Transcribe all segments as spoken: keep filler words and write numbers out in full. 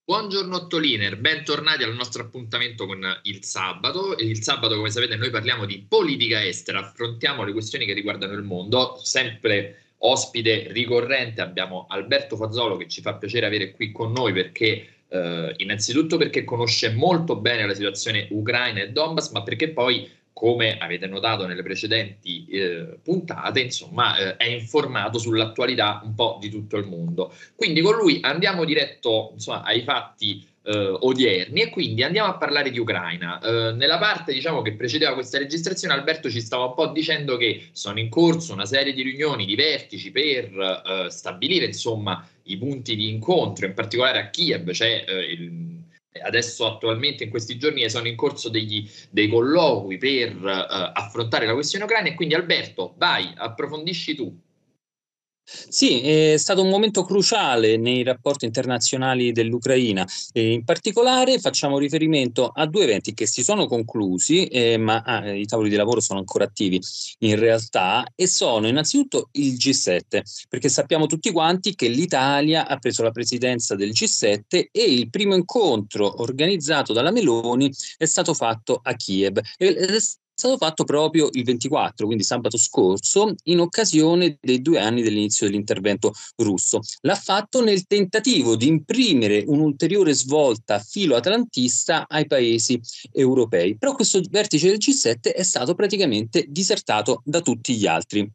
Buongiorno Ottoliner, bentornati al nostro appuntamento con il sabato. Il sabato, come sapete, noi parliamo di politica estera, affrontiamo le questioni che riguardano il mondo. Sempre ospite ricorrente abbiamo Alberto Fazzolo, che ci fa piacere avere qui con noi perché eh, innanzitutto perché conosce molto bene la situazione ucraina e Donbass, ma perché poi, come avete notato nelle precedenti eh, puntate, insomma, eh, è informato sull'attualità un po' di tutto il mondo. Quindi con lui andiamo diretto, insomma, ai fatti eh, odierni e quindi andiamo a parlare di Ucraina. Eh, nella parte, diciamo, che precedeva questa registrazione, Alberto ci stava un po' dicendo che sono in corso una serie di riunioni, di vertici per eh, stabilire, insomma, i punti di incontro, in particolare a Kiev c'è eh, il adesso attualmente in questi giorni sono in corso degli, dei colloqui per uh, affrontare la questione ucraina e quindi Alberto, vai, approfondisci tu. Sì, è stato un momento cruciale nei rapporti internazionali dell'Ucraina. E in particolare facciamo riferimento a due eventi che si sono conclusi, eh, ma ah, i tavoli di lavoro sono ancora attivi in realtà, e sono innanzitutto il G sette, perché sappiamo tutti quanti che l'Italia ha preso la presidenza del G sette e il primo incontro organizzato dalla Meloni è stato fatto a Kiev. Ed è è stato fatto proprio il ventiquattro, quindi sabato scorso, in occasione dei due anni dell'inizio dell'intervento russo. L'ha fatto nel tentativo di imprimere un'ulteriore svolta filo-atlantista ai paesi europei. Però questo vertice del G sette è stato praticamente disertato da tutti gli altri.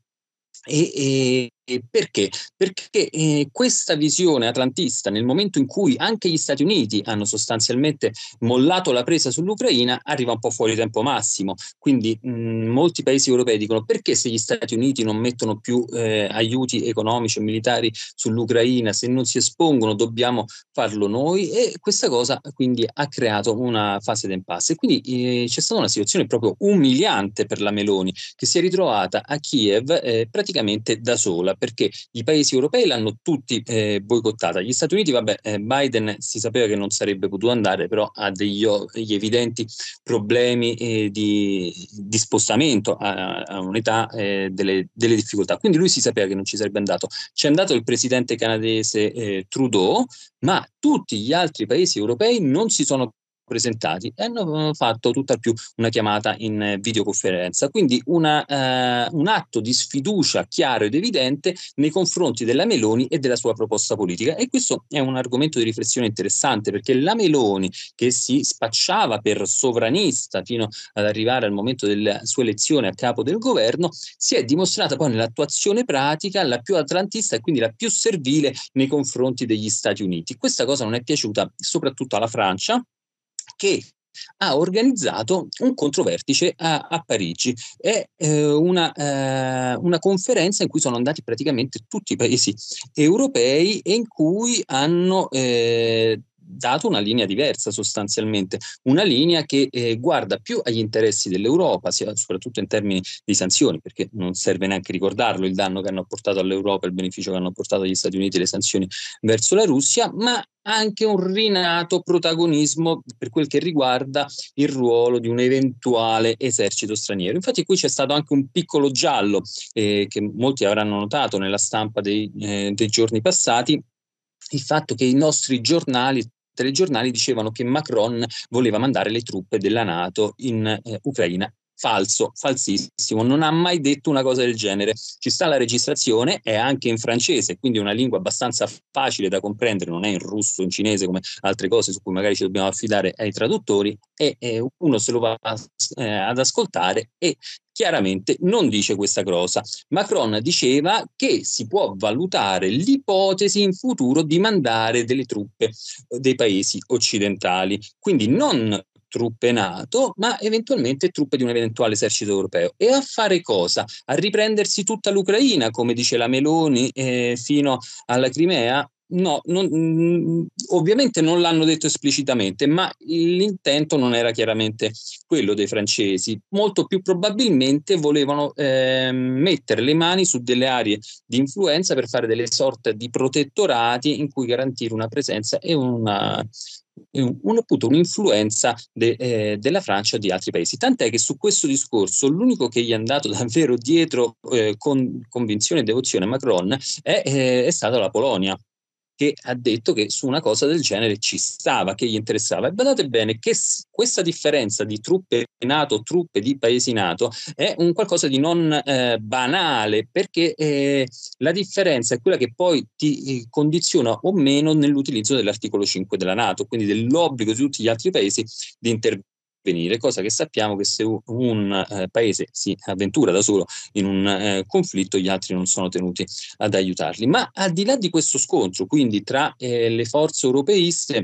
E, e, e perché? Perché eh, questa visione atlantista, nel momento in cui anche gli Stati Uniti hanno sostanzialmente mollato la presa sull'Ucraina, arriva un po' fuori tempo massimo. Quindi mh, molti paesi europei dicono: perché se gli Stati Uniti non mettono più eh, aiuti economici e militari sull'Ucraina, se non si espongono, dobbiamo farlo noi? E questa cosa quindi ha creato una fase d'impasse. E quindi eh, c'è stata una situazione proprio umiliante per la Meloni, che si è ritrovata a Kiev eh, praticamente da sola, perché i paesi europei l'hanno tutti eh, boicottata. Gli Stati Uniti, vabbè, eh, Biden si sapeva che non sarebbe potuto andare, però ha degli, degli evidenti problemi eh, di, di spostamento, a, a un'età eh, delle, delle difficoltà. Quindi lui si sapeva che non ci sarebbe andato. C'è andato il presidente canadese eh, Trudeau, ma tutti gli altri paesi europei non si sono presentati e hanno fatto tutt'al più una chiamata in videoconferenza, quindi una, eh, un atto di sfiducia chiaro ed evidente nei confronti della Meloni e della sua proposta politica. E questo è un argomento di riflessione interessante, perché la Meloni, che si spacciava per sovranista fino ad arrivare al momento della sua elezione a capo del governo, si è dimostrata poi nell'attuazione pratica la più atlantista e quindi la più servile nei confronti degli Stati Uniti. Questa cosa non è piaciuta soprattutto alla Francia, che ha organizzato un controvertice a, a Parigi. È eh, una, eh, una conferenza in cui sono andati praticamente tutti i paesi europei e in cui hanno eh, dato una linea diversa sostanzialmente, una linea che eh, guarda più agli interessi dell'Europa, sia, soprattutto in termini di sanzioni, perché non serve neanche ricordarlo il danno che hanno portato all'Europa, il beneficio che hanno portato agli Stati Uniti le sanzioni verso la Russia, ma anche un rinato protagonismo per quel che riguarda il ruolo di un eventuale esercito straniero. Infatti qui c'è stato anche un piccolo giallo eh, che molti avranno notato nella stampa dei, eh, dei giorni passati, il fatto che i nostri giornali telegiornali dicevano che Macron voleva mandare le truppe della NATO in eh, Ucraina. Falso, falsissimo, non ha mai detto una cosa del genere. Ci sta la registrazione, è anche in francese, quindi è una lingua abbastanza facile da comprendere, non è in russo, in cinese come altre cose su cui magari ci dobbiamo affidare ai traduttori, e eh, uno se lo va eh, ad ascoltare e chiaramente non dice questa cosa. Macron diceva che si può valutare l'ipotesi in futuro di mandare delle truppe dei paesi occidentali, quindi non truppe NATO, ma eventualmente truppe di un eventuale esercito europeo. E a fare cosa? A riprendersi tutta l'Ucraina, come dice la Meloni, eh, fino alla Crimea? No, non, mh, ovviamente non l'hanno detto esplicitamente, ma l'intento non era chiaramente quello dei francesi. Molto più probabilmente volevano eh, mettere le mani su delle aree di influenza per fare delle sorte di protettorati in cui garantire una presenza e una, un, appunto, un'influenza de, eh, della Francia o di altri paesi. Tant'è che su questo discorso l'unico che gli è andato davvero dietro eh, con convinzione e devozione a Macron è, eh, è stata la Polonia, che ha detto che su una cosa del genere ci stava, che gli interessava. E badate bene che s- questa differenza di truppe NATO, truppe di paesi NATO, è un qualcosa di non eh, banale, perché eh, la differenza è quella che poi ti eh, condiziona o meno nell'utilizzo dell'articolo cinque della NATO, quindi dell'obbligo di tutti gli altri paesi di intervenire, cosa che sappiamo che se un, un eh, paese si avventura da solo in un eh, conflitto, gli altri non sono tenuti ad aiutarli. Ma al di là di questo scontro, quindi tra eh, le forze europeiste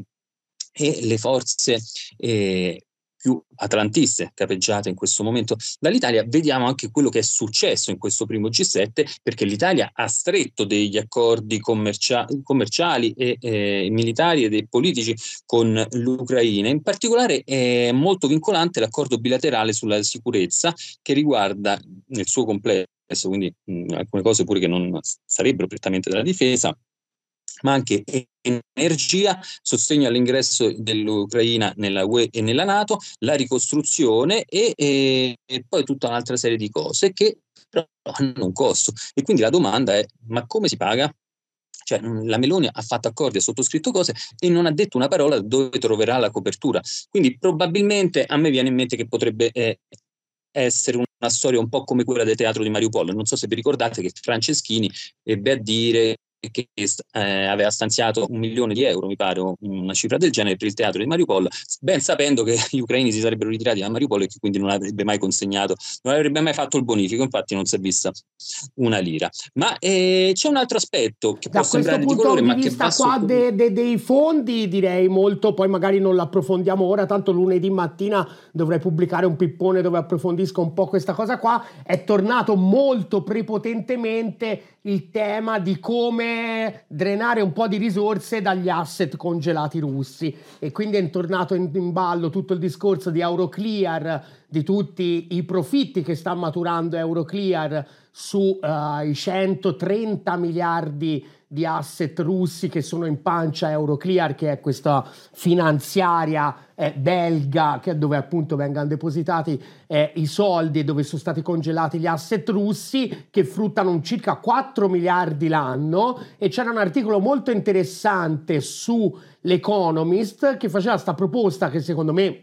e le forze eh, più atlantiste capeggiate in questo momento dall'Italia, vediamo anche quello che è successo in questo primo G sette, perché l'Italia ha stretto degli accordi commercia- commerciali e eh, militari ed e politici con l'Ucraina. In particolare è molto vincolante l'accordo bilaterale sulla sicurezza, che riguarda nel suo complesso, quindi mh, alcune cose pure che non sarebbero prettamente della difesa, ma anche energia, sostegno all'ingresso dell'Ucraina nella U E e nella NATO, la ricostruzione e, e, e poi tutta un'altra serie di cose che però hanno un costo. E quindi la domanda è: ma come si paga? Cioè, la Meloni ha fatto accordi, ha sottoscritto cose e non ha detto una parola dove troverà la copertura. Quindi probabilmente a me viene in mente che potrebbe eh, essere una storia un po' come quella del teatro di Mariupol. Non so se vi ricordate che Franceschini ebbe a dire che eh, aveva stanziato un milione di euro, mi pare, una cifra del genere, per il teatro di Mariupol, ben sapendo che gli ucraini si sarebbero ritirati da Mariupol e che quindi non avrebbe mai consegnato, non avrebbe mai fatto il bonifico, infatti non si è vista una lira. Ma eh, c'è un altro aspetto che Da può questo sembrare di punto colore, di ma che vista va qua sotto... de, de, dei fondi direi molto, poi magari non l'approfondiamo ora, tanto lunedì mattina dovrei pubblicare un pippone dove approfondisco un po' questa cosa qua. È tornato molto prepotentemente il tema di come drenare un po' di risorse dagli asset congelati russi, e quindi è tornato in, in ballo tutto il discorso di Euroclear, di tutti i profitti che sta maturando Euroclear sui uh, centotrenta miliardi di asset russi che sono in pancia a Euroclear, che è questa finanziaria eh, belga, che è dove appunto vengono depositati eh, i soldi e dove sono stati congelati gli asset russi, che fruttano un circa quattro miliardi l'anno. E c'era un articolo molto interessante su l'Economist che faceva questa proposta, che secondo me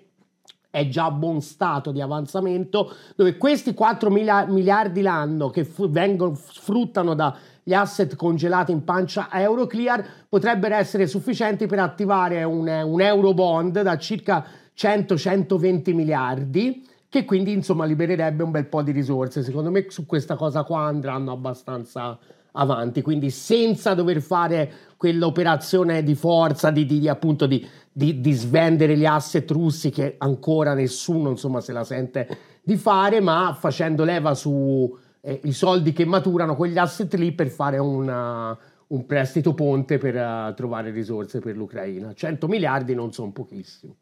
è già a buon stato di avanzamento, dove questi quattro miliardi l'anno che fu- vengono, sfruttano dagli asset congelati in pancia a Euroclear potrebbero essere sufficienti per attivare un, un Eurobond da circa cento centoventi miliardi, che quindi insomma libererebbe un bel po' di risorse. Secondo me su questa cosa qua andranno abbastanza avanti, quindi senza dover fare quell'operazione di forza di, di, di appunto di Di, di svendere gli asset russi, che ancora nessuno insomma se la sente di fare, ma facendo leva su eh, i soldi che maturano quegli asset lì per fare una, un prestito ponte per uh, trovare risorse per l'Ucraina. cento miliardi non sono pochissimi.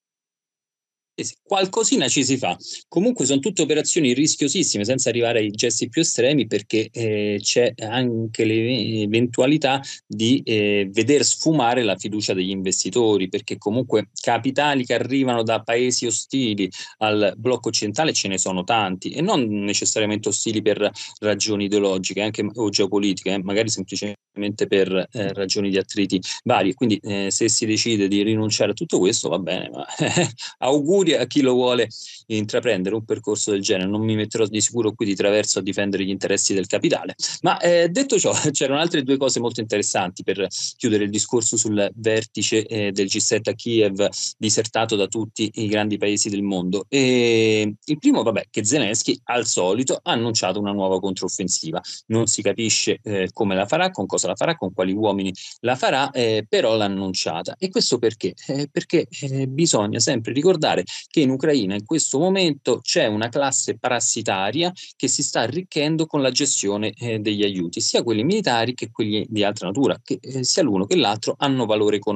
Qualcosina ci si fa. Comunque sono tutte operazioni rischiosissime, senza arrivare ai gesti più estremi, perché eh, c'è anche l'eventualità di eh, veder sfumare la fiducia degli investitori, perché comunque capitali che arrivano da paesi ostili al blocco occidentale ce ne sono tanti, e non necessariamente ostili per ragioni ideologiche anche, o geopolitiche, eh, magari semplicemente per eh, ragioni di attriti vari. Quindi eh, se si decide di rinunciare a tutto questo va bene, ma auguri a chi lo vuole intraprendere un percorso del genere. Non mi metterò di sicuro qui di traverso a difendere gli interessi del capitale. Ma eh, detto ciò, c'erano altre due cose molto interessanti per chiudere il discorso sul vertice eh, del G sette a Kiev, disertato da tutti i grandi paesi del mondo. E il primo, vabbè, che Zelensky al solito ha annunciato una nuova controffensiva. Non si capisce eh, come la farà, con cosa la farà, con quali uomini la farà, eh, però l'ha annunciata. E questo perché? Eh, perché eh, bisogna sempre ricordare che in Ucraina in questo momento c'è una classe parassitaria che si sta arricchendo con la gestione eh, degli aiuti, sia quelli militari che quelli di altra natura, che eh, sia l'uno che l'altro hanno valore economico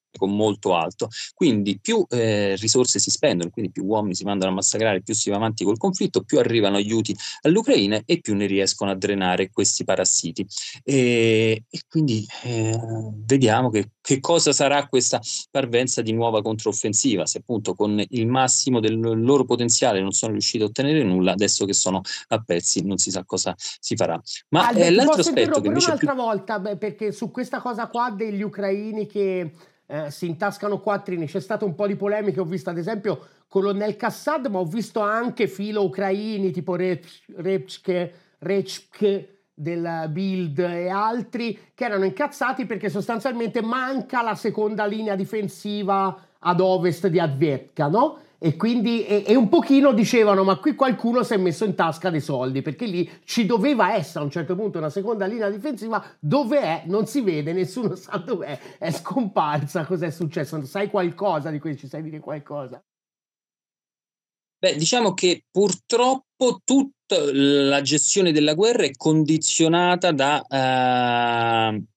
molto alto, quindi più eh, risorse si spendono, quindi più uomini si mandano a massacrare, più si va avanti col conflitto, più arrivano aiuti all'Ucraina e più ne riescono a drenare questi parassiti. E, e quindi eh, vediamo che, che cosa sarà questa parvenza di nuova controffensiva, se appunto con il massimo del loro potenziale non sono riusciti a ottenere nulla, adesso che sono a pezzi non si sa cosa si farà. Ma Albert, eh, l'altro posso aspetto che interrompere invece un'altra più... volta, beh, perché su questa cosa qua degli ucraini che eh, si intascano quattrini c'è stato un po' di polemiche, ho visto ad esempio Colonnel Kassad, ma ho visto anche filo ucraini tipo Repchke, Repchke del Bild e altri che erano incazzati perché sostanzialmente manca la seconda linea difensiva ad ovest di Avdiivka, no? E quindi e, e un pochino dicevano ma qui qualcuno si è messo in tasca dei soldi, perché lì ci doveva essere a un certo punto una seconda linea difensiva. Dove è? Non si vede, nessuno sa dov'è, è scomparsa. Cos'è successo? Sai qualcosa di questo? Ci sai dire qualcosa? Beh, diciamo che purtroppo tutta la gestione della guerra è condizionata da uh,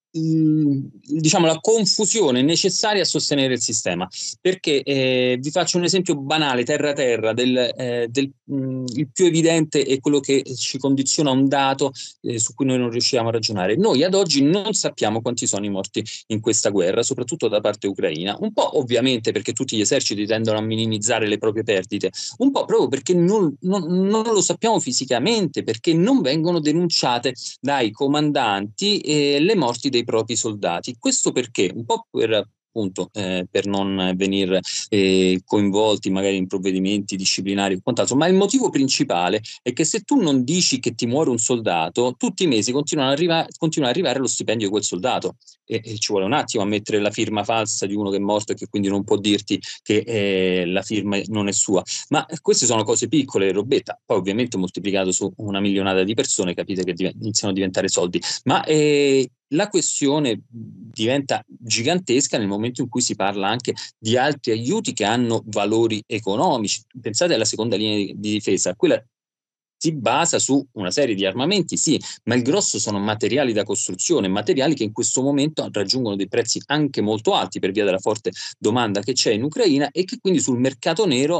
diciamo la confusione necessaria a sostenere il sistema, perché eh, vi faccio un esempio banale terra terra del, eh, del mh, il più evidente è quello che ci condiziona un dato eh, su cui noi non riusciamo a ragionare. Noi ad oggi non sappiamo quanti sono i morti in questa guerra, soprattutto da parte ucraina, un po' ovviamente perché tutti gli eserciti tendono a minimizzare le proprie perdite, un po' proprio perché non, non, non lo sappiamo fisicamente, perché non vengono denunciate dai comandanti eh, le morti dei propri soldati. Questo perché? Un po' per appunto eh, per non venire eh, coinvolti magari in provvedimenti disciplinari o quant'altro, ma il motivo principale è che se tu non dici che ti muore un soldato, tutti i mesi continuano ad arriva- continua ad arrivare lo stipendio di quel soldato e, e ci vuole un attimo a mettere la firma falsa di uno che è morto e che quindi non può dirti che eh, la firma non è sua. Ma queste sono cose piccole, robetta, poi ovviamente moltiplicato su una milionata di persone capite che div- iniziano a diventare soldi, ma eh, la questione diventa gigantesca nel momento in cui si parla anche di altri aiuti che hanno valori economici. Pensate alla seconda linea di, di difesa, quella si basa su una serie di armamenti, sì, ma il grosso sono materiali da costruzione, materiali che in questo momento raggiungono dei prezzi anche molto alti per via della forte domanda che c'è in Ucraina e che quindi sul mercato nero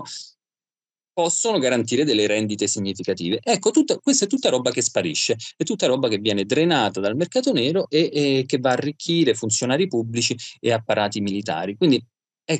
possono garantire delle rendite significative. Ecco, tutta, questa è tutta roba che sparisce, è tutta roba che viene drenata dal mercato nero e, e che va a arricchire funzionari pubblici e apparati militari. Quindi è,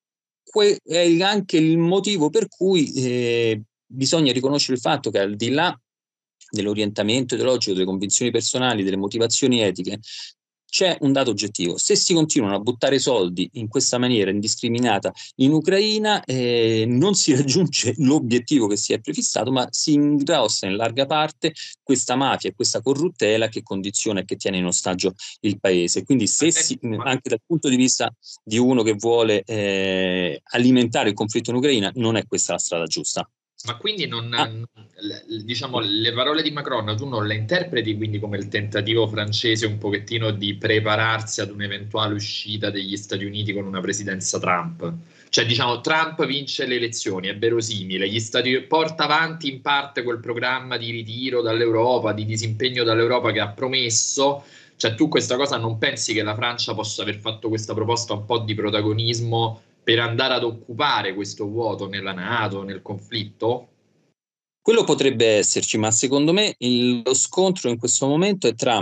que- è anche il motivo per cui eh, bisogna riconoscere il fatto che al di là dell'orientamento ideologico, delle convinzioni personali, delle motivazioni etiche, c'è un dato oggettivo: se si continuano a buttare soldi in questa maniera indiscriminata in Ucraina eh, non si raggiunge l'obiettivo che si è prefissato, ma si ingrossa in larga parte questa mafia e questa corruttela che condiziona e che tiene in ostaggio il paese. Quindi se si, anche dal punto di vista di uno che vuole eh, alimentare il conflitto in Ucraina, non è questa la strada giusta. Ma quindi non, ah. diciamo, le parole di Macron tu non le interpreti quindi come il tentativo francese un pochettino di prepararsi ad un'eventuale uscita degli Stati Uniti con una presidenza Trump? Cioè, diciamo, Trump vince le elezioni, è verosimile, gli Stati porta avanti in parte quel programma di ritiro dall'Europa, di disimpegno dall'Europa che ha promesso. Cioè, tu questa cosa non pensi che la Francia possa aver fatto questa proposta un po' di protagonismo per andare ad occupare questo vuoto nella NATO, nel conflitto? Quello potrebbe esserci, ma secondo me il, lo scontro in questo momento è tra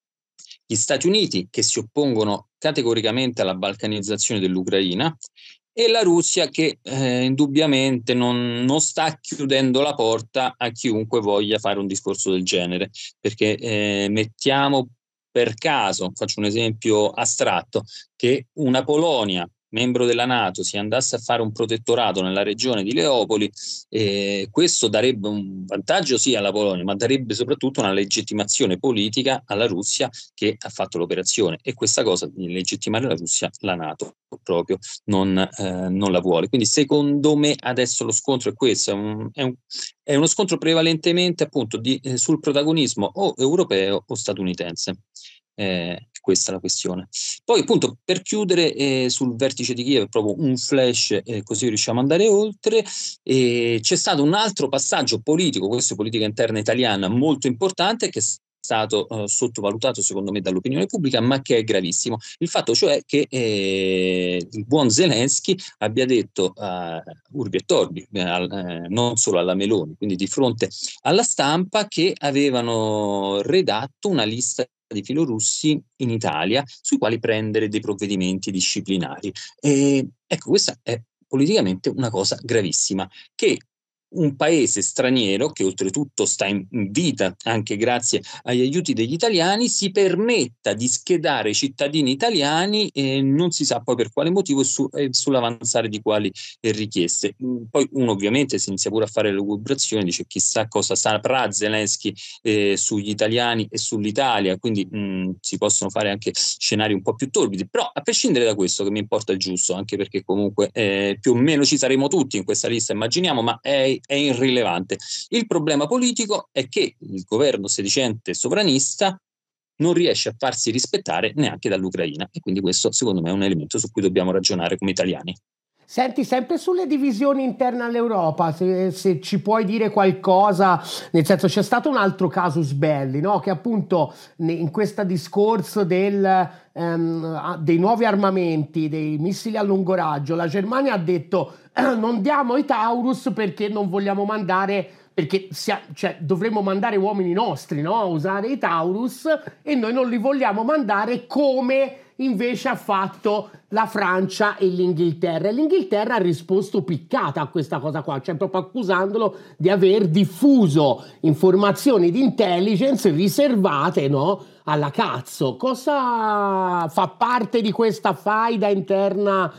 gli Stati Uniti, che si oppongono categoricamente alla balcanizzazione dell'Ucraina, e la Russia che eh, indubbiamente non, non sta chiudendo la porta a chiunque voglia fare un discorso del genere, perché eh, mettiamo per caso, faccio un esempio astratto, che una Polonia membro della NATO si andasse a fare un protettorato nella regione di Leopoli, eh, questo darebbe un vantaggio sì alla Polonia, ma darebbe soprattutto una legittimazione politica alla Russia che ha fatto l'operazione, e questa cosa di legittimare la Russia la NATO proprio non, eh, non la vuole. Quindi secondo me adesso lo scontro è questo, è, un, è, un, è uno scontro prevalentemente appunto di, eh, sul protagonismo o europeo o statunitense. Eh, questa è la questione. Poi appunto per chiudere eh, sul vertice di Kiev proprio un flash eh, così riusciamo ad andare oltre, eh, c'è stato un altro passaggio politico, questo è politica interna italiana molto importante, che stato uh, sottovalutato secondo me dall'opinione pubblica, ma che è gravissimo. Il fatto cioè che eh, il buon Zelensky abbia detto uh, urbi e torbi, eh, eh, non solo alla Meloni, quindi di fronte alla stampa, che avevano redatto una lista di filorussi in Italia sui quali prendere dei provvedimenti disciplinari. E, ecco, questa è politicamente una cosa gravissima, che un paese straniero, che oltretutto sta in vita anche grazie agli aiuti degli italiani, si permetta di schedare i cittadini italiani e non si sa poi per quale motivo su, eh, sull'avanzare di quali eh, richieste. Poi uno ovviamente si inizia pure a fare le lucubrazioni, dice chissà cosa saprà Zelensky eh, sugli italiani e sull'Italia, quindi mh, si possono fare anche scenari un po' più torbidi, però a prescindere da questo, che mi importa il giusto, anche perché comunque eh, più o meno ci saremo tutti in questa lista, immaginiamo, ma è è irrilevante. Il problema politico è che il governo sedicente sovranista non riesce a farsi rispettare neanche dall'Ucraina, e quindi questo secondo me è un elemento su cui dobbiamo ragionare come italiani. Senti, sempre sulle divisioni interne all'Europa, se, se ci puoi dire qualcosa, nel senso c'è stato un altro casus belli, no? Che appunto in questo discorso del, um, dei nuovi armamenti, dei missili a lungo raggio, la Germania ha detto eh, non diamo i Taurus perché non vogliamo mandare, perché sia, cioè, dovremmo mandare uomini nostri, no? A usare i Taurus, e noi non li vogliamo mandare come invece ha fatto la Francia e l'Inghilterra. E l'Inghilterra ha risposto piccata a questa cosa qua, cioè proprio accusandolo di aver diffuso informazioni di intelligence riservate, no, alla cazzo. Cosa fa parte di questa faida interna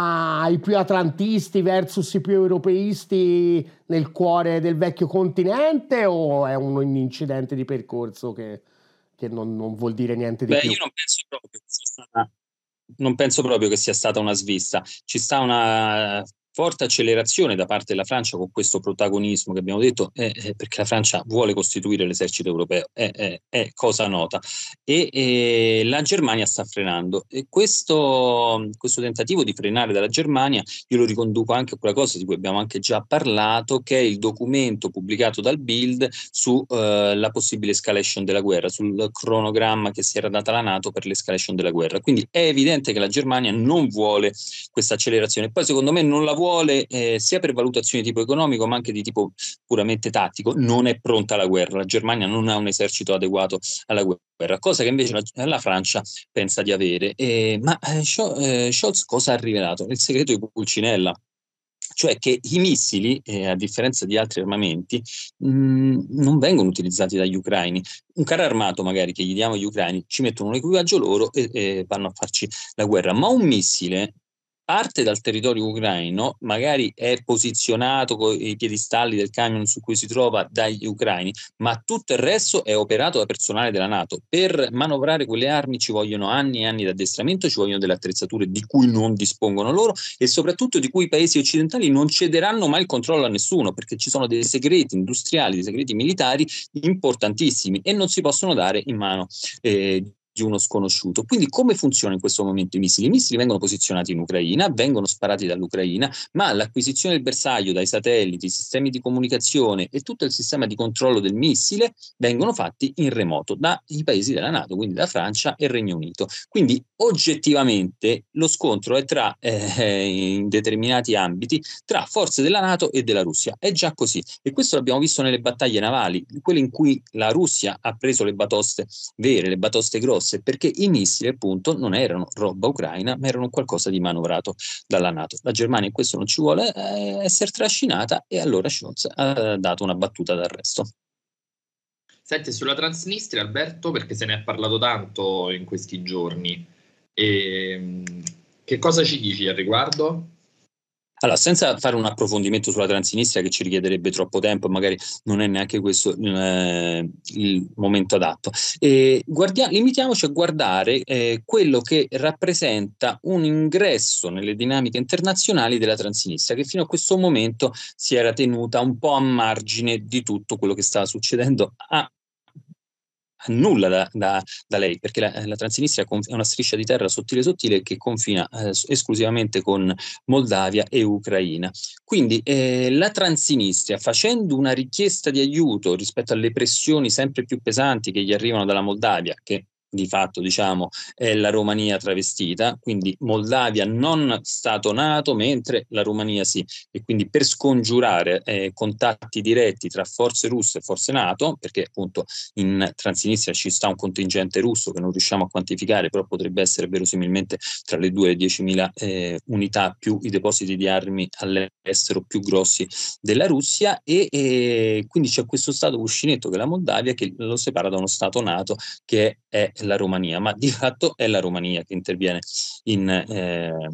ai più atlantisti versus i più europeisti nel cuore del vecchio continente, o è un incidente di percorso che che non, non vuol dire niente di Beh, più? io non penso proprio che sia stata, non penso proprio che sia stata una svista. Ci sta una forte accelerazione da parte della Francia con questo protagonismo che abbiamo detto, eh, eh, perché la Francia vuole costituire l'esercito europeo, è, è, è cosa nota, e, e la Germania sta frenando, e questo, questo tentativo di frenare dalla Germania io lo riconduco anche a quella cosa di cui abbiamo anche già parlato, che è il documento pubblicato dal Bild su eh, la possibile escalation della guerra, sul cronogramma che si era data la NATO per l'escalation della guerra. Quindi è evidente che la Germania non vuole questa accelerazione, poi secondo me non la vuole eh, sia per valutazioni di tipo economico ma anche di tipo puramente tattico. Non è pronta alla guerra, la Germania non ha un esercito adeguato alla guerra, cosa che invece la, la Francia pensa di avere. Eh, ma eh, Scholz cosa ha rivelato? Il segreto di Pulcinella, cioè che i missili, eh, a differenza di altri armamenti, mh, non vengono utilizzati dagli ucraini. Un carro armato magari che gli diamo agli ucraini, ci mettono un equipaggio loro e, e vanno a farci la guerra, ma un missile parte dal territorio ucraino, magari è posizionato con i piedistalli del camion su cui si trova dagli ucraini, ma tutto il resto è operato da personale della NATO. Per manovrare quelle armi ci vogliono anni e anni di addestramento, ci vogliono delle attrezzature di cui non dispongono loro e soprattutto di cui i paesi occidentali non cederanno mai il controllo a nessuno, perché ci sono dei segreti industriali, dei segreti militari importantissimi e non si possono dare in mano eh, di uno sconosciuto. Quindi come funziona in questo momento i missili? I missili vengono posizionati in Ucraina, vengono sparati dall'Ucraina, ma l'acquisizione del bersaglio dai satelliti, i sistemi di comunicazione e tutto il sistema di controllo del missile vengono fatti in remoto dai paesi della NATO, quindi da Francia e Regno Unito. Quindi oggettivamente lo scontro è tra, eh, in determinati ambiti, tra forze della NATO e della Russia. È già così. E questo l'abbiamo visto nelle battaglie navali, quelle in cui la Russia ha preso le batoste vere, le batoste grosse, perché i missili appunto non erano roba ucraina ma erano qualcosa di manovrato dalla NATO. La Germania in questo non ci vuole eh, essere trascinata e allora Scholz ha dato una battuta d'arresto. Senti, sulla Transnistria, Alberto, perché se ne è parlato tanto in questi giorni, e, che cosa ci dici al riguardo? Allora, senza fare un approfondimento sulla Transnistria che ci richiederebbe troppo tempo, magari non è neanche questo eh, il momento adatto, e guardia- limitiamoci a guardare eh, quello che rappresenta un ingresso nelle dinamiche internazionali della Transnistria, che fino a questo momento si era tenuta un po' a margine di tutto quello che stava succedendo a nulla da, da, da lei, perché la, la Transnistria è una striscia di terra sottile sottile che confina eh, esclusivamente con Moldavia e Ucraina. Quindi eh, la Transnistria, facendo una richiesta di aiuto rispetto alle pressioni sempre più pesanti che gli arrivano dalla Moldavia, che di fatto diciamo è la Romania travestita, quindi Moldavia non stato NATO mentre la Romania sì, e quindi per scongiurare eh, contatti diretti tra forze russe e forze NATO, perché appunto in Transnistria ci sta un contingente russo che non riusciamo a quantificare, però potrebbe essere verosimilmente tra le due e le diecimila eh, unità più i depositi di armi all'estero più grossi della Russia, e, e quindi c'è questo stato cuscinetto che è la Moldavia che lo separa da uno stato NATO che è la Romania, ma di fatto è la Romania che interviene in, eh,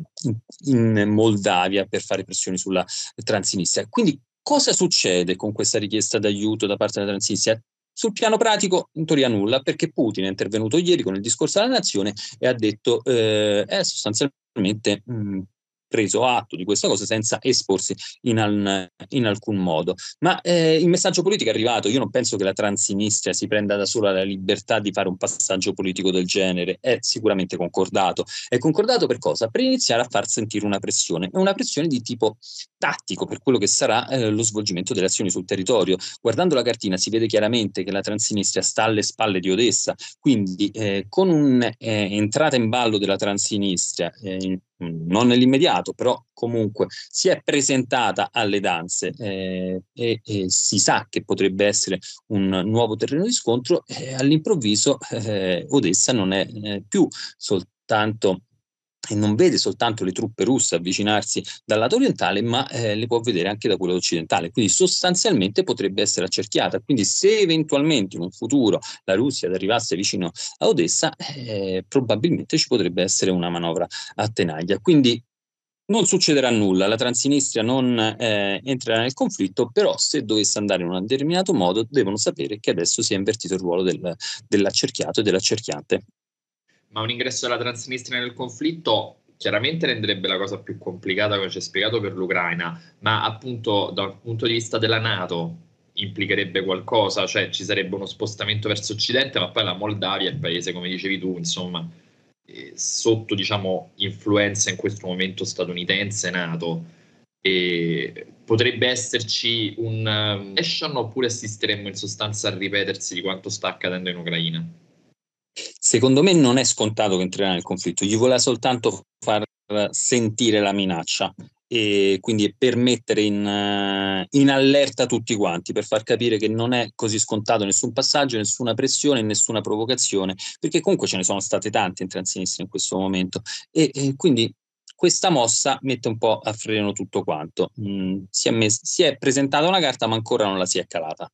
in Moldavia per fare pressioni sulla Transnistria. Quindi cosa succede con questa richiesta d'aiuto da parte della Transnistria? Sul piano pratico, in teoria nulla, perché Putin è intervenuto ieri con il discorso alla nazione e ha detto eh, è sostanzialmente mh, preso atto di questa cosa senza esporsi in, al, in alcun modo. Ma eh, il messaggio politico è arrivato. Io non penso che la Transnistria si prenda da sola la libertà di fare un passaggio politico del genere. È sicuramente concordato. È concordato per cosa? Per iniziare a far sentire una pressione, una pressione di tipo tattico per quello che sarà eh, lo svolgimento delle azioni sul territorio. Guardando la cartina si vede chiaramente che la Transnistria sta alle spalle di Odessa, quindi eh, con un'entrata eh, in ballo della Transnistria eh, non nell'immediato, però comunque si è presentata alle danze eh, e, e si sa che potrebbe essere un nuovo terreno di scontro, eh, all'improvviso eh, Odessa non è eh, più soltanto e non vede soltanto le truppe russe avvicinarsi dal lato orientale, ma eh, le può vedere anche da quello occidentale, quindi sostanzialmente potrebbe essere accerchiata. Quindi se eventualmente in un futuro la Russia arrivasse vicino a Odessa, eh, probabilmente ci potrebbe essere una manovra a tenaglia. Quindi non succederà nulla, la Transnistria non eh, entrerà nel conflitto, però se dovesse andare in un determinato modo devono sapere che adesso si è invertito il ruolo del, dell'accerchiato e dell'accerchiante. Ma un ingresso della Transnistria nel conflitto chiaramente renderebbe la cosa più complicata, come ci hai spiegato, per l'Ucraina, ma appunto dal punto di vista della NATO implicherebbe qualcosa, cioè ci sarebbe uno spostamento verso occidente, ma poi la Moldavia è il paese, come dicevi tu, insomma, eh, sotto, diciamo, influenza in questo momento statunitense, NATO, e potrebbe esserci un escalation oppure assisteremmo in sostanza al ripetersi di quanto sta accadendo in Ucraina? Secondo me non è scontato che entrerà nel conflitto, gli voleva soltanto far sentire la minaccia e quindi per mettere in, in allerta tutti quanti, per far capire che non è così scontato nessun passaggio, nessuna pressione, nessuna provocazione, perché comunque ce ne sono state tante in Transnistria in questo momento e, e quindi questa mossa mette un po' a freno tutto quanto. Mm, si, è mes- si è presentata una carta ma ancora non la si è calata.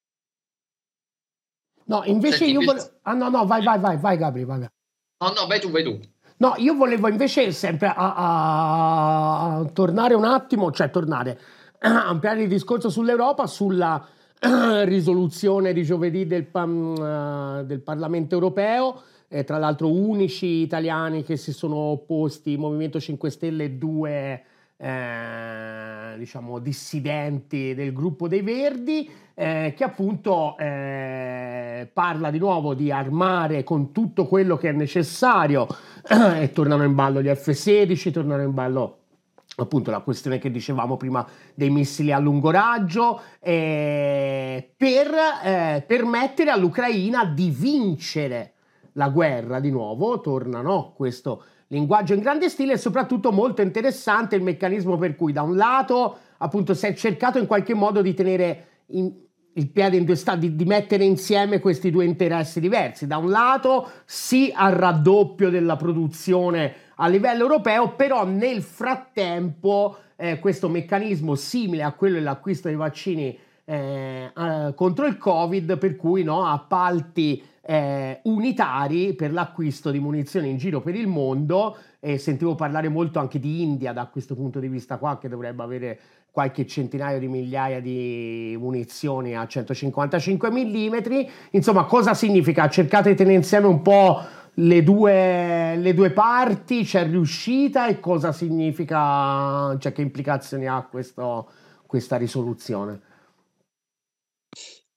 No, invece Senti, io invece... volevo... Ah no, no, vai, vai, vai, vai Gabri, vai. No, no, vai tu, vai tu. No, io volevo invece sempre a, a, a tornare un attimo, cioè tornare, a ampliare il discorso sull'Europa, sulla uh, risoluzione di giovedì del, uh, del Parlamento europeo, eh, tra l'altro unici italiani che si sono opposti, Movimento cinque Stelle e due eh, diciamo dissidenti del gruppo dei Verdi, eh, che appunto eh, parla di nuovo di armare con tutto quello che è necessario eh, e tornano in ballo gli F sedici, tornano in ballo appunto la questione che dicevamo prima dei missili a lungo raggio, eh, per eh, permettere all'Ucraina di vincere la guerra di nuovo. Tornano questo linguaggio in grande stile e soprattutto molto interessante il meccanismo per cui da un lato appunto si è cercato in qualche modo di tenere in, il piede in due stati, di, di mettere insieme questi due interessi diversi. Da un lato sì al raddoppio della produzione a livello europeo, però nel frattempo eh, questo meccanismo simile a quello dell'acquisto dei vaccini eh, eh, contro il Covid, per cui no, appalti Eh, unitari per l'acquisto di munizioni in giro per il mondo, e sentivo parlare molto anche di India da questo punto di vista qua, che dovrebbe avere qualche centinaio di migliaia di munizioni a centocinquantacinque millimetri. Insomma, cosa significa? Cercate di tenere insieme un po' le due, le due parti, c'è riuscita, e cosa significa, cioè che implicazioni ha questo, questa risoluzione?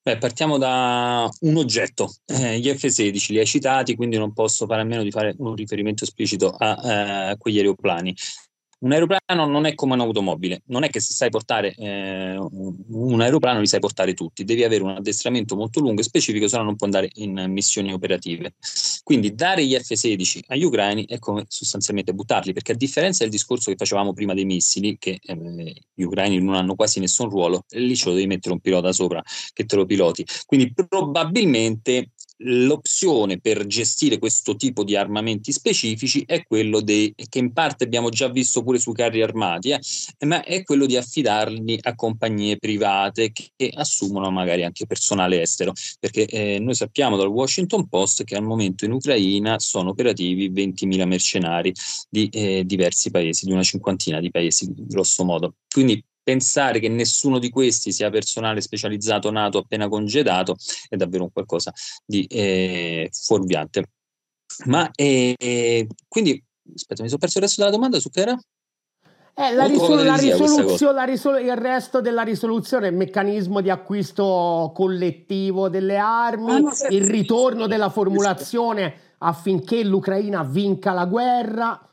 Beh, partiamo da un oggetto, eh, gli F sedici, li hai citati, quindi non posso fare a meno di fare un riferimento esplicito a eh, quegli aeroplani. Un aeroplano non è come un'automobile, non è che se sai portare eh, un aeroplano li sai portare tutti, devi avere un addestramento molto lungo e specifico, se no non può andare in missioni operative. Quindi dare gli F sedici agli ucraini è come sostanzialmente buttarli, perché a differenza del discorso che facevamo prima dei missili, che eh, gli ucraini non hanno quasi nessun ruolo, lì ce lo devi mettere un pilota sopra che te lo piloti. Quindi probabilmente l'opzione per gestire questo tipo di armamenti specifici è quello dei, che in parte abbiamo già visto pure sui carri armati, eh, ma è quello di affidarli a compagnie private che, che assumono magari anche personale estero, perché eh, noi sappiamo dal Washington Post che al momento in Ucraina sono operativi ventimila mercenari di eh, diversi paesi, di una cinquantina di paesi grosso modo. Quindi pensare che nessuno di questi sia personale specializzato nato appena congedato è davvero un qualcosa di eh, fuorviante. Ma eh, quindi, aspetta, mi sono perso il resto della domanda su che era? Eh, la, risol- la risoluzione, la risol- il resto della risoluzione è il meccanismo di acquisto collettivo delle armi, ah, no, il ritorno della formulazione affinché l'Ucraina vinca la guerra.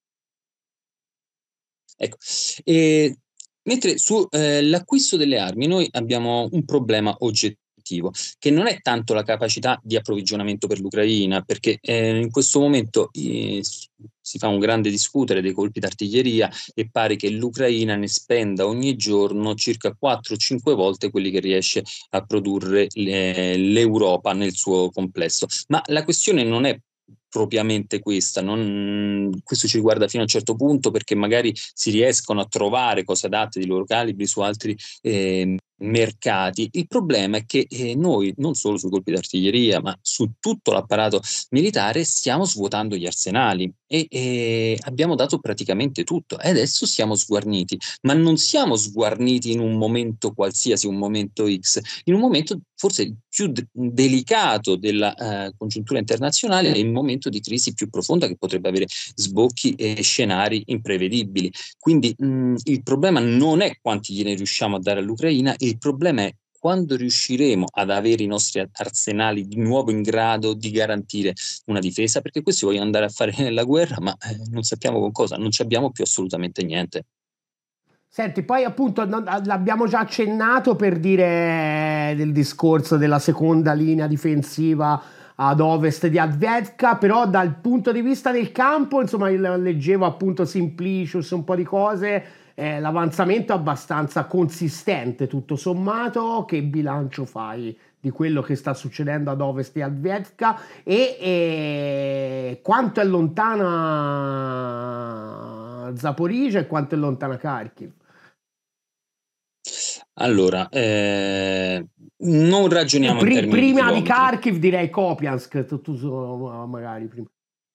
Ecco, e mentre sull'acquisto eh, delle armi noi abbiamo un problema oggettivo, che non è tanto la capacità di approvvigionamento per l'Ucraina, perché eh, in questo momento eh, si fa un grande discutere dei colpi d'artiglieria e pare che l'Ucraina ne spenda ogni giorno circa quattro cinque volte quelli che riesce a produrre le, l'Europa nel suo complesso. Ma la questione non è propriamente questa, non, questo ci riguarda fino a un certo punto, perché magari si riescono a trovare cose adatte di loro calibri su altri eh, mercati. Il problema è che eh, noi, non solo sui colpi d'artiglieria, ma su tutto l'apparato militare, stiamo svuotando gli arsenali e, e abbiamo dato praticamente tutto e adesso siamo sguarniti, ma non siamo sguarniti in un momento qualsiasi, un momento X, in un momento forse più de- delicato della eh, congiuntura internazionale, è il momento di crisi più profonda che potrebbe avere sbocchi e scenari imprevedibili. Quindi mh, il problema non è quanti gliene riusciamo a dare all'Ucraina, il problema è quando riusciremo ad avere i nostri arsenali di nuovo in grado di garantire una difesa, perché questi vogliono andare a fare la guerra, ma eh, non sappiamo con cosa, non ci abbiamo più assolutamente niente. Senti, poi appunto non, l'abbiamo già accennato per dire del discorso della seconda linea difensiva ad ovest di Avdiivka, però dal punto di vista del campo, insomma, leggevo appunto Simplicius, un po' di cose, eh, l'avanzamento è abbastanza consistente, tutto sommato. Che bilancio fai di quello che sta succedendo ad ovest di Avdiivka e, e quanto è lontana Zaporizhzhia e quanto è lontana Kharkiv? Allora, eh, non ragioniamo Pri- in termini prima di di chilometri. Kharkiv direi Kopiansk, tu, tu magari prima.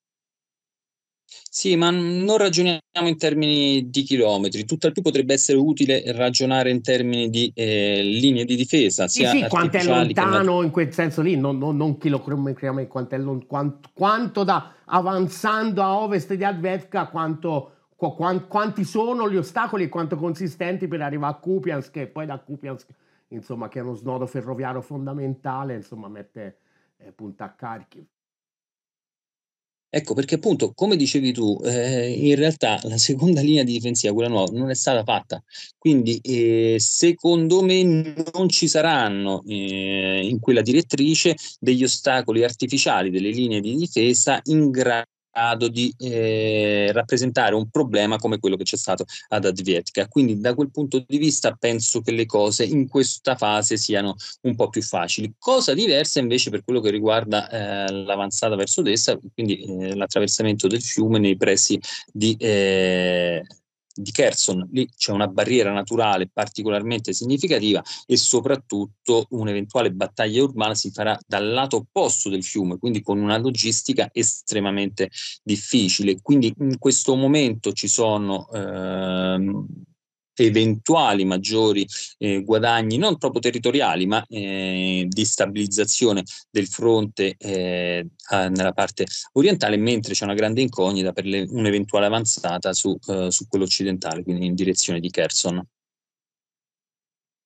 Sì, ma non ragioniamo in termini di chilometri, tutt'al più potrebbe essere utile ragionare in termini di eh, linee di difesa, Sì, sia sì, quanto è artificiali che lontano naturali. in quel senso lì, non, non, non chilometricamente, quanto, è lon- quanto, quanto da avanzando a ovest di Avdiivka, quanto, qu- quant- quanti sono gli ostacoli e quanto consistenti per arrivare a Kupiansk e poi da Kupiansk, insomma, che è uno snodo ferroviario fondamentale, insomma, mette eh, punta a Kharkiv. Ecco, perché appunto, come dicevi tu, eh, in realtà la seconda linea di difensiva, quella nuova, non è stata fatta. Quindi, eh, secondo me, non ci saranno eh, in quella direttrice degli ostacoli artificiali, delle linee di difesa in grado di eh, rappresentare un problema come quello che c'è stato ad Avdiivka. Quindi, da quel punto di vista, penso che le cose in questa fase siano un po' più facili. Cosa diversa invece per quello che riguarda eh, l'avanzata verso destra, quindi eh, l'attraversamento del fiume nei pressi di, eh, di Kherson. Lì c'è una barriera naturale particolarmente significativa e soprattutto un'eventuale battaglia urbana si farà dal lato opposto del fiume, quindi con una logistica estremamente difficile. Quindi in questo momento ci sono ehm, eventuali maggiori eh, guadagni non proprio territoriali, ma eh, di stabilizzazione del fronte eh, a, nella parte orientale, mentre c'è una grande incognita per le, un'eventuale avanzata su, eh, su quello occidentale, quindi in direzione di Kherson.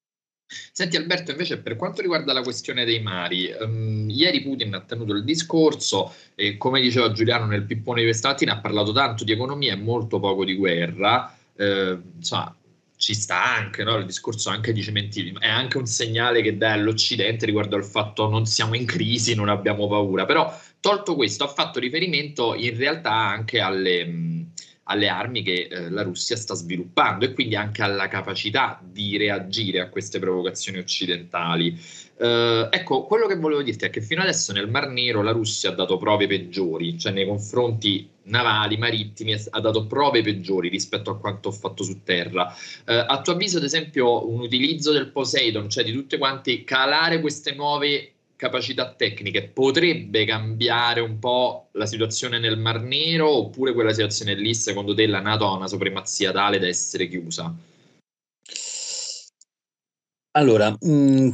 Senti Alberto, invece per quanto riguarda la questione dei mari, um, ieri Putin ha tenuto il discorso e come diceva Giuliano nel pippone di questa mattina ha parlato tanto di economia e molto poco di guerra, eh, insomma ci sta anche, no? Il discorso anche di Cementini, è anche un segnale che dà all'Occidente riguardo al fatto non siamo in crisi, non abbiamo paura, però tolto questo ha fatto riferimento in realtà anche alle... Mh, alle armi che eh, la Russia sta sviluppando e quindi anche alla capacità di reagire a queste provocazioni occidentali. Eh, ecco, quello che volevo dirti è che fino adesso nel Mar Nero la Russia ha dato prove peggiori, cioè nei confronti navali, marittimi, ha dato prove peggiori rispetto a quanto ho fatto su terra. Eh, a tuo avviso, ad esempio, un utilizzo del Poseidon, cioè di tutte quante calare queste nuove capacità tecniche potrebbe cambiare un po' la situazione nel Mar Nero, oppure quella situazione lì secondo te la NATO ha una supremazia tale da essere chiusa? Allora, mh,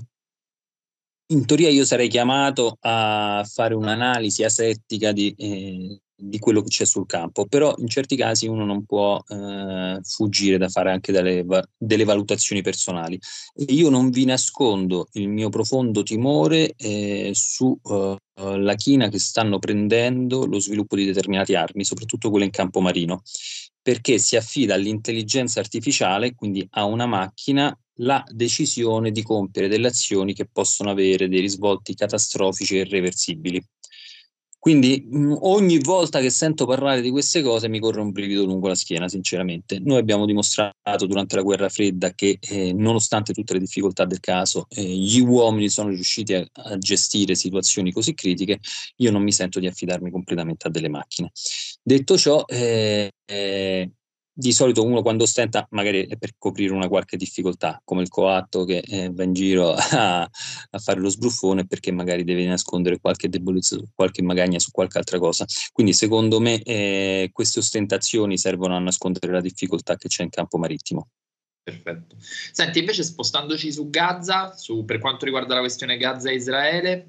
in teoria io sarei chiamato a fare un'analisi asettica di, eh, di quello che c'è sul campo, però in certi casi uno non può eh, fuggire da fare anche delle, delle valutazioni personali. E io non vi nascondo il mio profondo timore eh, su uh, la china che stanno prendendo lo sviluppo di determinate armi, soprattutto quelle in campo marino, perché si affida all'intelligenza artificiale, quindi a una macchina, la decisione di compiere delle azioni che possono avere dei risvolti catastrofici e irreversibili. Quindi mh, ogni volta che sento parlare di queste cose mi corre un brivido lungo la schiena, sinceramente. Noi abbiamo dimostrato durante la guerra fredda che, eh, nonostante tutte le difficoltà del caso, eh, gli uomini sono riusciti a, a gestire situazioni così critiche. Io non mi sento di affidarmi completamente a delle macchine. Detto ciò, eh, eh, di solito uno quando stenta magari è per coprire una qualche difficoltà, come il coatto che eh, va in giro a, a fare lo sbruffone perché magari deve nascondere qualche debolezza, qualche magagna su qualche altra cosa. Quindi secondo me eh, queste ostentazioni servono a nascondere la difficoltà che c'è in campo marittimo. Perfetto. Senti, invece spostandoci su Gaza, su, per quanto riguarda la questione Gaza e Israele.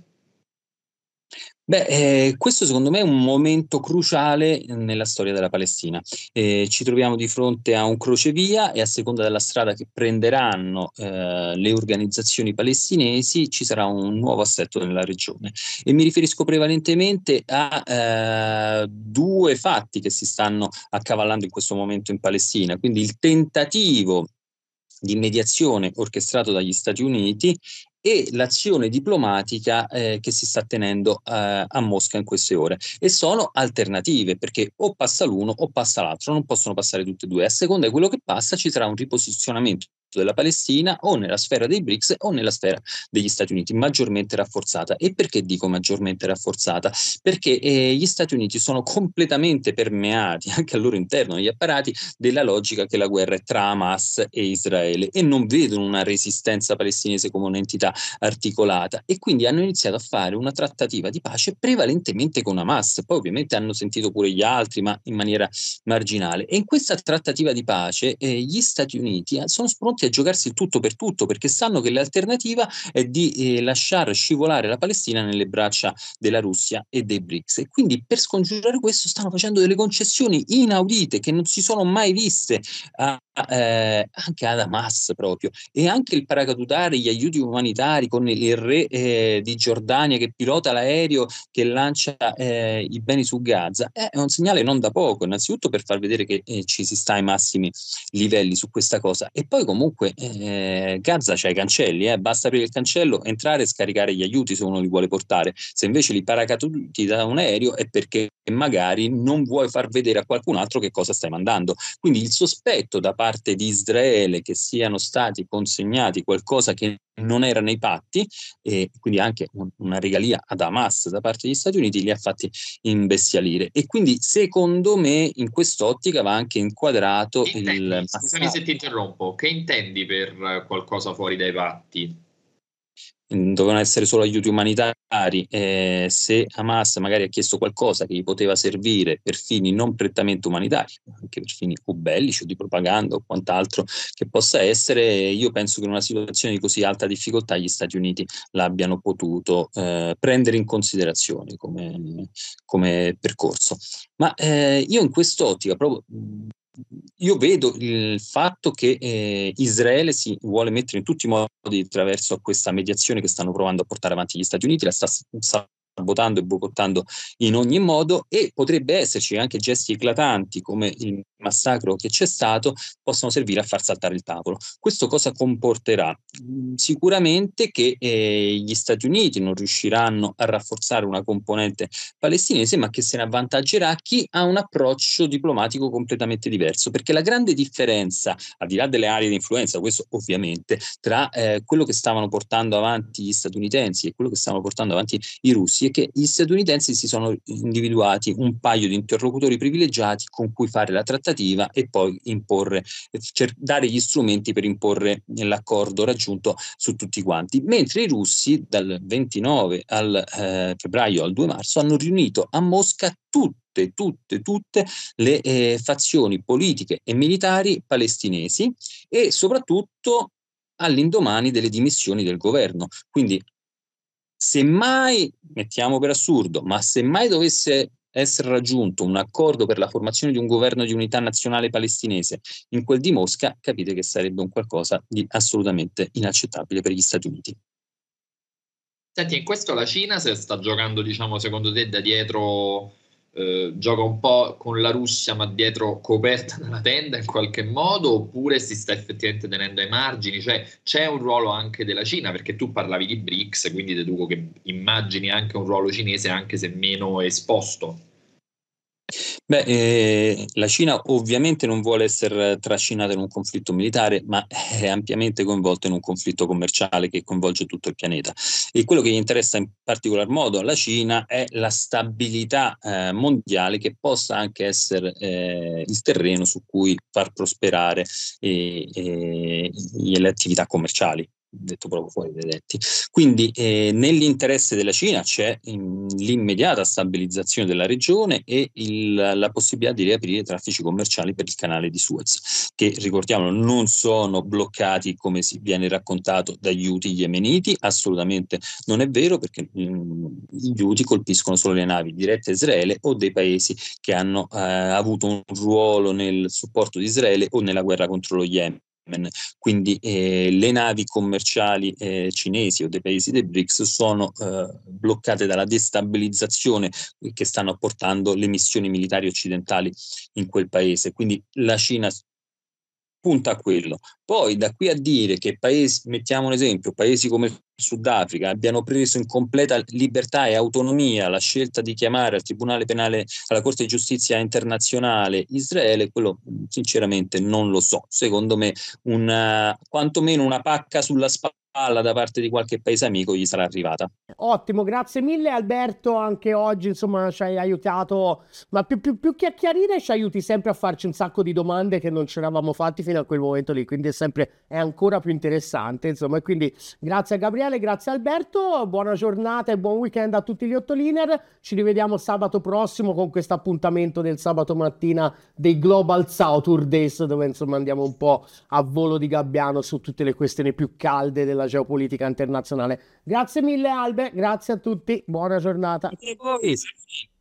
Beh, eh, questo secondo me è un momento cruciale nella storia della Palestina. Eh, ci troviamo di fronte a un crocevia e a seconda della strada che prenderanno eh, le organizzazioni palestinesi ci sarà un nuovo assetto nella regione. E mi riferisco prevalentemente a eh, due fatti che si stanno accavallando in questo momento in Palestina. Quindi il tentativo di mediazione orchestrato dagli Stati Uniti e l'azione diplomatica eh, che si sta tenendo eh, a Mosca in queste ore. E sono alternative, perché o passa l'uno o passa l'altro, non possono passare tutte e due. A seconda di quello che passa ci sarà un riposizionamento della Palestina o nella sfera dei BRICS o nella sfera degli Stati Uniti, maggiormente rafforzata. E perché dico maggiormente rafforzata? Perché eh, gli Stati Uniti sono completamente permeati, anche al loro interno, negli apparati, della logica che la guerra è tra Hamas e Israele e non vedono una resistenza palestinese come un'entità articolata e quindi hanno iniziato a fare una trattativa di pace prevalentemente con Hamas. Poi ovviamente hanno sentito pure gli altri, ma in maniera marginale. E in questa trattativa di pace eh, gli Stati Uniti sono pronti a giocarsi il tutto per tutto, perché sanno che l'alternativa è di eh, lasciare scivolare la Palestina nelle braccia della Russia e dei BRICS. E quindi per scongiurare questo stanno facendo delle concessioni inaudite che non si sono mai viste a, eh, anche ad Hamas proprio. E anche il paracadutare, gli aiuti umanitari con il re eh, di Giordania che pilota l'aereo che lancia eh, i beni su Gaza è un segnale non da poco, innanzitutto per far vedere che eh, ci si sta ai massimi livelli su questa cosa. E poi comunque eh, Gaza c'ha i cancelli, eh, basta aprire il cancello, entrare e scaricare gli aiuti se uno li vuole portare. Se invece li paracadutisti da un aereo è perché magari non vuoi far vedere a qualcun altro che cosa stai mandando. Quindi il sospetto da parte di Israele che siano stati consegnati qualcosa che non era nei patti, e quindi anche un, una regalia ad Hamas da parte degli Stati Uniti, li ha fatti imbestialire. E quindi secondo me in quest'ottica va anche inquadrato Intendi, il scusami se ti interrompo, che intendi per qualcosa fuori dai patti? Dovevano essere solo aiuti umanitari. Eh, se Hamas magari ha chiesto qualcosa che gli poteva servire per fini non prettamente umanitari, anche per fini o bellici o di propaganda o quant'altro che possa essere, io penso che in una situazione di così alta difficoltà gli Stati Uniti l'abbiano potuto eh, prendere in considerazione come, come percorso. Ma eh, io in quest'ottica proprio io vedo il fatto che eh, Israele si vuole mettere in tutti i modi attraverso questa mediazione che stanno provando a portare avanti gli Stati Uniti, la sta sabotando e boicottando in ogni modo, e potrebbe esserci anche gesti eclatanti come il massacro che c'è stato possono servire a far saltare il tavolo. Questo cosa comporterà? Sicuramente che eh, gli Stati Uniti non riusciranno a rafforzare una componente palestinese, ma che se ne avvantaggerà chi ha un approccio diplomatico completamente diverso, perché la grande differenza, al di là delle aree di influenza, questo ovviamente, tra eh, quello che stavano portando avanti gli statunitensi e quello che stavano portando avanti i russi, è che gli statunitensi si sono individuati un paio di interlocutori privilegiati con cui fare la trattativa e poi imporre, cer- dare gli strumenti per imporre l'accordo raggiunto su tutti quanti, mentre i russi dal ventinove al eh, febbraio al due marzo hanno riunito a Mosca tutte, tutte, tutte le eh, fazioni politiche e militari palestinesi, e soprattutto all'indomani delle dimissioni del governo. Quindi se mai, mettiamo per assurdo, ma se mai dovesse essere raggiunto un accordo per la formazione di un governo di unità nazionale palestinese in quel di Mosca, capite che sarebbe un qualcosa di assolutamente inaccettabile per gli Stati Uniti. Senti, in questo la Cina se sta giocando, diciamo, secondo te da dietro, eh, gioca un po' con la Russia ma dietro coperta dalla tenda in qualche modo, oppure si sta effettivamente tenendo ai margini? Cioè c'è un ruolo anche della Cina, perché tu parlavi di BRICS, quindi deduco che immagini anche un ruolo cinese anche se meno esposto. Beh, eh, la Cina ovviamente non vuole essere trascinata in un conflitto militare, ma è ampiamente coinvolta in un conflitto commerciale che coinvolge tutto il pianeta. E quello che gli interessa in particolar modo alla Cina è la stabilità eh, mondiale, che possa anche essere eh, il terreno su cui far prosperare eh, eh, le attività commerciali, detto proprio fuori dai detti. Quindi eh, nell'interesse della Cina c'è in, l'immediata stabilizzazione della regione e il, la possibilità di riaprire i traffici commerciali per il canale di Suez, che ricordiamolo non sono bloccati come si viene raccontato dagli Houthi yemeniti, assolutamente non è vero, perché mh, gli Houthi colpiscono solo le navi dirette a Israele o dei paesi che hanno eh, avuto un ruolo nel supporto di Israele o nella guerra contro lo Yemen. Quindi eh, le navi commerciali eh, cinesi o dei paesi dei BRICS sono eh, bloccate dalla destabilizzazione che stanno portando le missioni militari occidentali in quel paese. Quindi la Cina punta a quello. Poi da qui a dire che paesi, mettiamo un esempio, paesi come il Sudafrica abbiano preso in completa libertà e autonomia la scelta di chiamare al Tribunale Penale, alla Corte di Giustizia internazionale Israele, quello sinceramente non lo so. Secondo me una, quantomeno una pacca sulla spalla da parte di qualche paese amico gli sarà arrivata. Ottimo, grazie mille Alberto, anche oggi insomma ci hai aiutato, ma più, più, più che a chiarire ci aiuti sempre a farci un sacco di domande che non ci eravamo fatti fino a quel momento lì, quindi è sempre, è ancora più interessante insomma, e quindi grazie a Gabriele, grazie a Alberto, buona giornata e buon weekend a tutti gli Ottoliner, ci rivediamo sabato prossimo con questo appuntamento del sabato mattina dei Global South Days, dove insomma andiamo un po' a volo di gabbiano su tutte le questioni più calde della geopolitica internazionale. Grazie mille Albe, grazie a tutti, buona giornata.